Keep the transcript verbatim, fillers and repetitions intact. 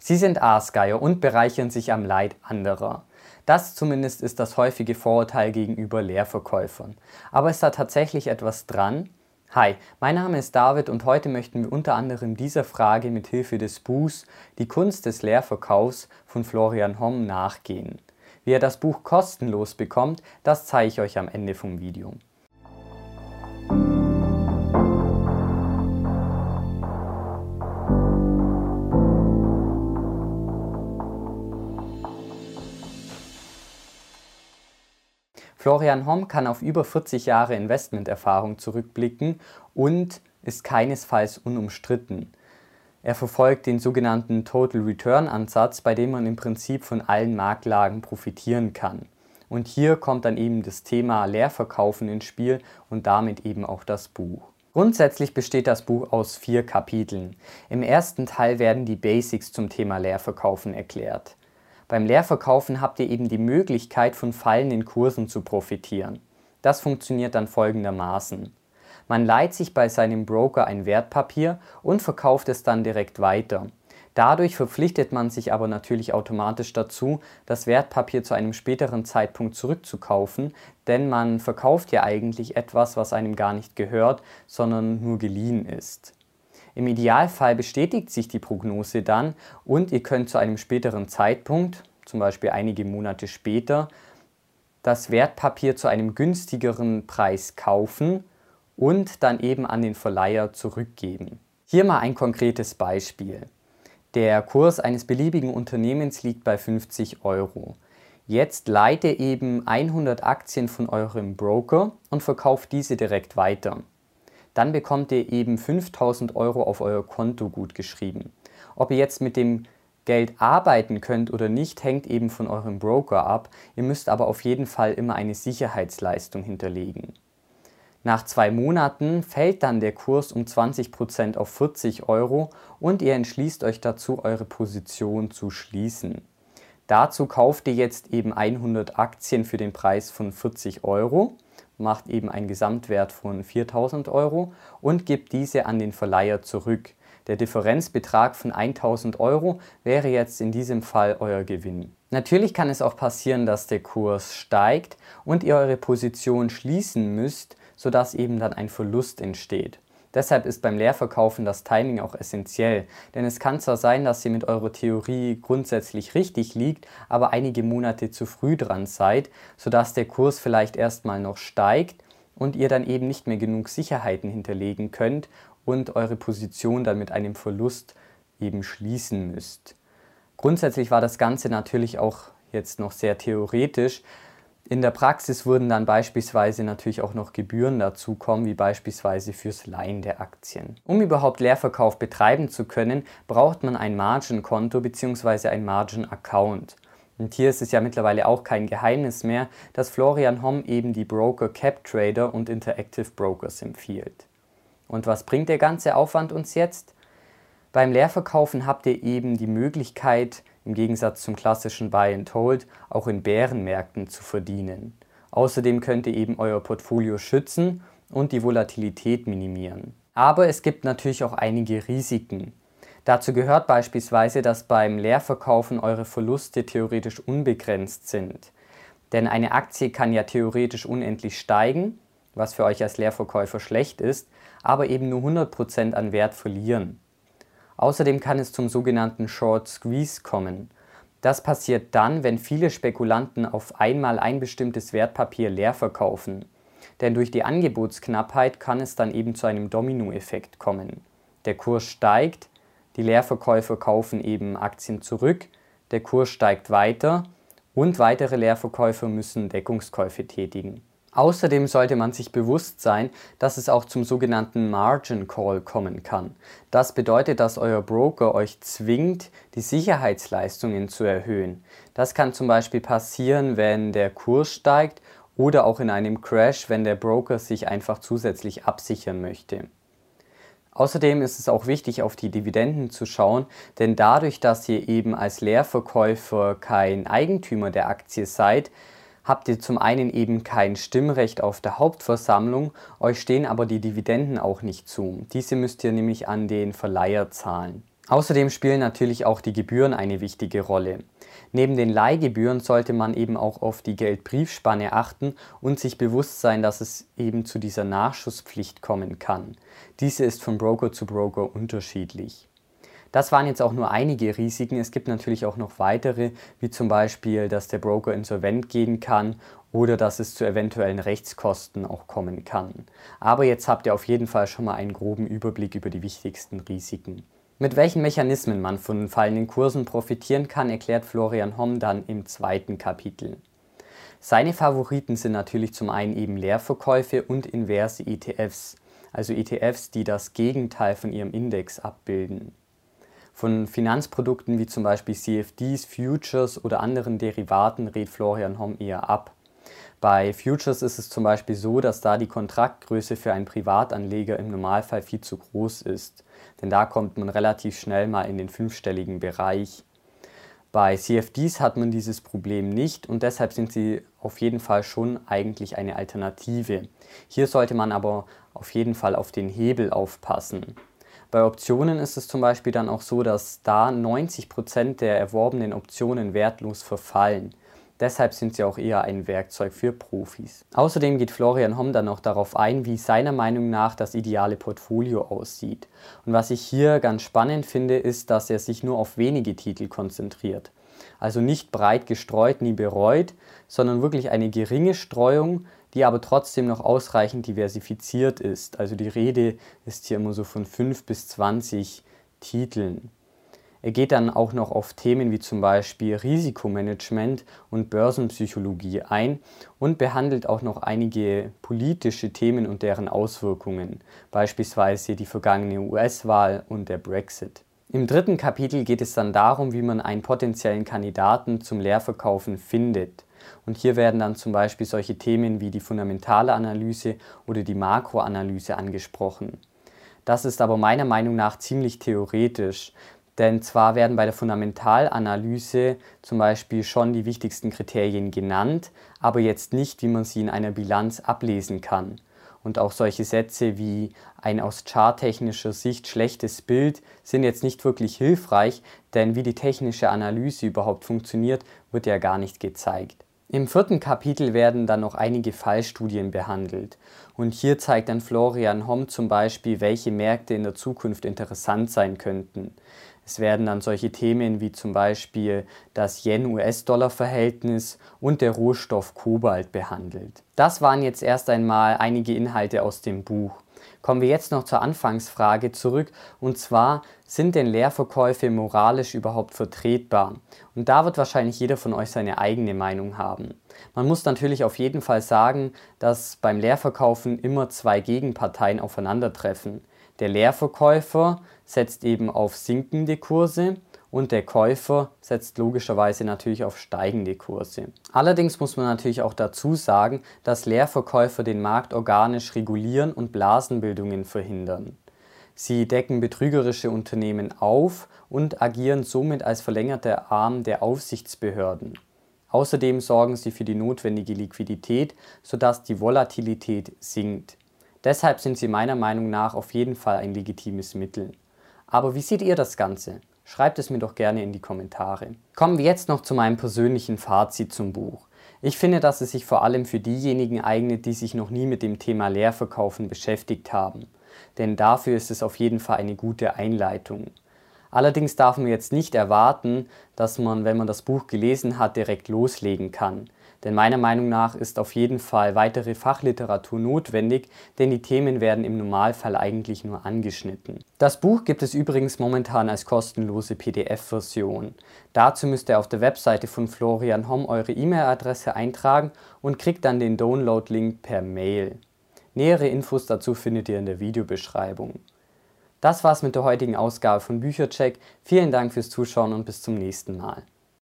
Sie sind Aasgeier und bereichern sich am Leid anderer. Das zumindest ist das häufige Vorurteil gegenüber Leerverkäufern. Aber ist da tatsächlich etwas dran? Hi, mein Name ist David und heute möchten wir unter anderem dieser Frage mit Hilfe des Buchs Die Kunst des Leerverkaufs von Florian Homm nachgehen. Wie ihr das Buch kostenlos bekommt, das zeige ich euch am Ende vom Video. Florian Homm kann auf über vierzig Jahre Investmenterfahrung zurückblicken und ist keinesfalls unumstritten. Er verfolgt den sogenannten Total Return Ansatz, bei dem man im Prinzip von allen Marktlagen profitieren kann. Und hier kommt dann eben das Thema Leerverkaufen ins Spiel und damit eben auch das Buch. Grundsätzlich besteht das Buch aus vier Kapiteln. Im ersten Teil werden die Basics zum Thema Leerverkaufen erklärt. Beim Leerverkaufen habt ihr eben die Möglichkeit, von fallenden Kursen zu profitieren. Das funktioniert dann folgendermaßen. Man leiht sich bei seinem Broker ein Wertpapier und verkauft es dann direkt weiter. Dadurch verpflichtet man sich aber natürlich automatisch dazu, das Wertpapier zu einem späteren Zeitpunkt zurückzukaufen, denn man verkauft ja eigentlich etwas, was einem gar nicht gehört, sondern nur geliehen ist. Im Idealfall bestätigt sich die Prognose dann und ihr könnt zu einem späteren Zeitpunkt, zum Beispiel einige Monate später, das Wertpapier zu einem günstigeren Preis kaufen und dann eben an den Verleiher zurückgeben. Hier mal ein konkretes Beispiel. Der Kurs eines beliebigen Unternehmens liegt bei fünfzig Euro. Jetzt leiht ihr eben hundert Aktien von eurem Broker und verkauft diese direkt weiter. Dann bekommt ihr eben fünftausend Euro auf euer Konto gutgeschrieben. Ob ihr jetzt mit dem Geld arbeiten könnt oder nicht, hängt eben von eurem Broker ab. Ihr müsst aber auf jeden Fall immer eine Sicherheitsleistung hinterlegen. Nach zwei Monaten fällt dann der Kurs um zwanzig Prozent auf vierzig Euro und ihr entschließt euch dazu, eure Position zu schließen. Dazu kauft ihr jetzt eben hundert Aktien für den Preis von vierzig Euro. Macht eben einen Gesamtwert von viertausend Euro und gibt diese an den Verleiher zurück. Der Differenzbetrag von tausend Euro wäre jetzt in diesem Fall euer Gewinn. Natürlich kann es auch passieren, dass der Kurs steigt und ihr eure Position schließen müsst, sodass eben dann ein Verlust entsteht. Deshalb ist beim Leerverkaufen das Timing auch essentiell, denn es kann zwar sein, dass ihr mit eurer Theorie grundsätzlich richtig liegt, aber einige Monate zu früh dran seid, sodass der Kurs vielleicht erstmal noch steigt und ihr dann eben nicht mehr genug Sicherheiten hinterlegen könnt und eure Position dann mit einem Verlust eben schließen müsst. Grundsätzlich war das Ganze natürlich auch jetzt noch sehr theoretisch. In der Praxis würden dann beispielsweise natürlich auch noch Gebühren dazukommen, wie beispielsweise fürs Leihen der Aktien. Um überhaupt Leerverkauf betreiben zu können, braucht man ein Margin-Konto bzw. ein Margin-Account. Und hier ist es ja mittlerweile auch kein Geheimnis mehr, dass Florian Homm eben die Broker CapTrader und Interactive Brokers empfiehlt. Und was bringt der ganze Aufwand uns jetzt? Beim Leerverkaufen habt ihr eben die Möglichkeit, im Gegensatz zum klassischen Buy and Hold, auch in Bärenmärkten zu verdienen. Außerdem könnt ihr eben euer Portfolio schützen und die Volatilität minimieren. Aber es gibt natürlich auch einige Risiken. Dazu gehört beispielsweise, dass beim Leerverkaufen eure Verluste theoretisch unbegrenzt sind. Denn eine Aktie kann ja theoretisch unendlich steigen, was für euch als Leerverkäufer schlecht ist, aber eben nur hundert Prozent an Wert verlieren. Außerdem kann es zum sogenannten Short Squeeze kommen. Das passiert dann, wenn viele Spekulanten auf einmal ein bestimmtes Wertpapier leer verkaufen. Denn durch die Angebotsknappheit kann es dann eben zu einem Dominoeffekt kommen. Der Kurs steigt, die Leerverkäufer kaufen eben Aktien zurück, der Kurs steigt weiter und weitere Leerverkäufer müssen Deckungskäufe tätigen. Außerdem sollte man sich bewusst sein, dass es auch zum sogenannten Margin Call kommen kann. Das bedeutet, dass euer Broker euch zwingt, die Sicherheitsleistungen zu erhöhen. Das kann zum Beispiel passieren, wenn der Kurs steigt oder auch in einem Crash, wenn der Broker sich einfach zusätzlich absichern möchte. Außerdem ist es auch wichtig, auf die Dividenden zu schauen, denn dadurch, dass ihr eben als Leerverkäufer kein Eigentümer der Aktie seid, habt ihr zum einen eben kein Stimmrecht auf der Hauptversammlung, euch stehen aber die Dividenden auch nicht zu. Diese müsst ihr nämlich an den Verleiher zahlen. Außerdem spielen natürlich auch die Gebühren eine wichtige Rolle. Neben den Leihgebühren sollte man eben auch auf die Geldbriefspanne achten und sich bewusst sein, dass es eben zu dieser Nachschusspflicht kommen kann. Diese ist von Broker zu Broker unterschiedlich. Das waren jetzt auch nur einige Risiken. Es gibt natürlich auch noch weitere, wie zum Beispiel, dass der Broker insolvent gehen kann oder dass es zu eventuellen Rechtskosten auch kommen kann. Aber jetzt habt ihr auf jeden Fall schon mal einen groben Überblick über die wichtigsten Risiken. Mit welchen Mechanismen man von fallenden Kursen profitieren kann, erklärt Florian Homm dann im zweiten Kapitel. Seine Favoriten sind natürlich zum einen eben Leerverkäufe und inverse E T Fs, also E T Fs, die das Gegenteil von ihrem Index abbilden. Von Finanzprodukten wie zum Beispiel C F Ds, Futures oder anderen Derivaten rät Florian Homm eher ab. Bei Futures ist es zum Beispiel so, dass da die Kontraktgröße für einen Privatanleger im Normalfall viel zu groß ist, denn da kommt man relativ schnell mal in den fünfstelligen Bereich. Bei C F Ds hat man dieses Problem nicht und deshalb sind sie auf jeden Fall schon eigentlich eine Alternative. Hier sollte man aber auf jeden Fall auf den Hebel aufpassen. Bei Optionen ist es zum Beispiel dann auch so, dass da neunzig Prozent der erworbenen Optionen wertlos verfallen. Deshalb sind sie auch eher ein Werkzeug für Profis. Außerdem geht Florian Homm dann noch darauf ein, wie seiner Meinung nach das ideale Portfolio aussieht. Und was ich hier ganz spannend finde, ist, dass er sich nur auf wenige Titel konzentriert. Also nicht breit gestreut, nie bereut, sondern wirklich eine geringe Streuung, die aber trotzdem noch ausreichend diversifiziert ist. Also die Rede ist hier immer so von fünf bis zwanzig Titeln. Er geht dann auch noch auf Themen wie zum Beispiel Risikomanagement und Börsenpsychologie ein und behandelt auch noch einige politische Themen und deren Auswirkungen, beispielsweise die vergangene U S-Wahl und der Brexit. Im dritten Kapitel geht es dann darum, wie man einen potenziellen Kandidaten zum Leerverkaufen findet. Und hier werden dann zum Beispiel solche Themen wie die fundamentale Analyse oder die Makroanalyse angesprochen. Das ist aber meiner Meinung nach ziemlich theoretisch, denn zwar werden bei der Fundamentalanalyse zum Beispiel schon die wichtigsten Kriterien genannt, aber jetzt nicht, wie man sie in einer Bilanz ablesen kann. Und auch solche Sätze wie ein aus charttechnischer Sicht schlechtes Bild sind jetzt nicht wirklich hilfreich, denn wie die technische Analyse überhaupt funktioniert, wird ja gar nicht gezeigt. Im vierten Kapitel werden dann noch einige Fallstudien behandelt. Und hier zeigt dann Florian Homm zum Beispiel, welche Märkte in der Zukunft interessant sein könnten. Es werden dann solche Themen wie zum Beispiel das Yen-U S-Dollar-Verhältnis und der Rohstoff Kobalt behandelt. Das waren jetzt erst einmal einige Inhalte aus dem Buch. Kommen wir jetzt noch zur Anfangsfrage zurück, und zwar, sind denn Leerverkäufe moralisch überhaupt vertretbar? Und da wird wahrscheinlich jeder von euch seine eigene Meinung haben. Man muss natürlich auf jeden Fall sagen, dass beim Leerverkaufen immer zwei Gegenparteien aufeinandertreffen. Der Leerverkäufer setzt eben auf sinkende Kurse und der Käufer setzt logischerweise natürlich auf steigende Kurse. Allerdings muss man natürlich auch dazu sagen, dass Leerverkäufer den Markt organisch regulieren und Blasenbildungen verhindern. Sie decken betrügerische Unternehmen auf und agieren somit als verlängerter Arm der Aufsichtsbehörden. Außerdem sorgen sie für die notwendige Liquidität, sodass die Volatilität sinkt. Deshalb sind sie meiner Meinung nach auf jeden Fall ein legitimes Mittel. Aber wie seht ihr das Ganze? Schreibt es mir doch gerne in die Kommentare. Kommen wir jetzt noch zu meinem persönlichen Fazit zum Buch. Ich finde, dass es sich vor allem für diejenigen eignet, die sich noch nie mit dem Thema Leerverkaufen beschäftigt haben. Denn dafür ist es auf jeden Fall eine gute Einleitung. Allerdings darf man jetzt nicht erwarten, dass man, wenn man das Buch gelesen hat, direkt loslegen kann. Denn meiner Meinung nach ist auf jeden Fall weitere Fachliteratur notwendig, denn die Themen werden im Normalfall eigentlich nur angeschnitten. Das Buch gibt es übrigens momentan als kostenlose P D F-Version. Dazu müsst ihr auf der Webseite von Florian Homm eure E-Mail-Adresse eintragen und kriegt dann den Download-Link per Mail. Nähere Infos dazu findet ihr in der Videobeschreibung. Das war's mit der heutigen Ausgabe von Büchercheck. Vielen Dank fürs Zuschauen und bis zum nächsten Mal.